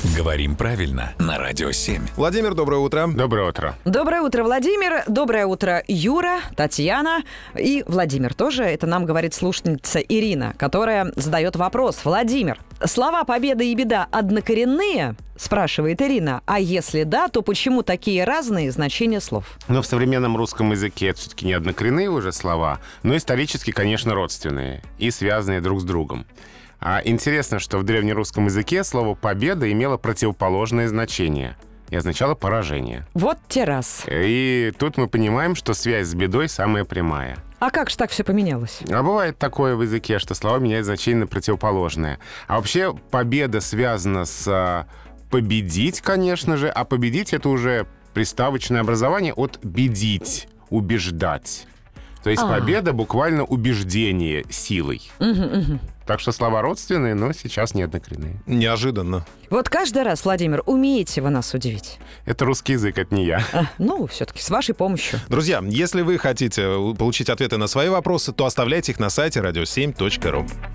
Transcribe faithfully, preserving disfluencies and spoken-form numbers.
Говорим правильно на Радио семь. Владимир, доброе утро. Доброе утро. Доброе утро, Владимир. Доброе утро, Юра, Татьяна и Владимир тоже. Это нам говорит слушательница Ирина, которая задает вопрос. Владимир, слова «победа» и «беда» однокоренные? Спрашивает Ирина. А если да, то почему такие разные значения слов? Но в современном русском языке это все-таки не однокоренные уже слова, но исторически, конечно, родственные и связанные друг с другом. А интересно, что в древнерусском языке слово «победа» имело противоположное значение и означало «поражение». Вот те раз. И тут мы понимаем, что связь с бедой самая прямая. А как же так все поменялось? А бывает такое в языке, что слова меняют значение на противоположное. А вообще победа связана с победить, конечно же, а победить — это уже приставочное образование от «бедить», «убеждать». То есть А. победа буквально убеждение силой. Угу, угу. Так что слова родственные, но сейчас не однокоренные. Неожиданно. Вот каждый раз, Владимир, умеете вы нас удивить. Это русский язык, это не я. А, ну, все-таки с вашей помощью. Друзья, если вы хотите получить ответы на свои вопросы, то оставляйте их на сайте радио семь точка ру.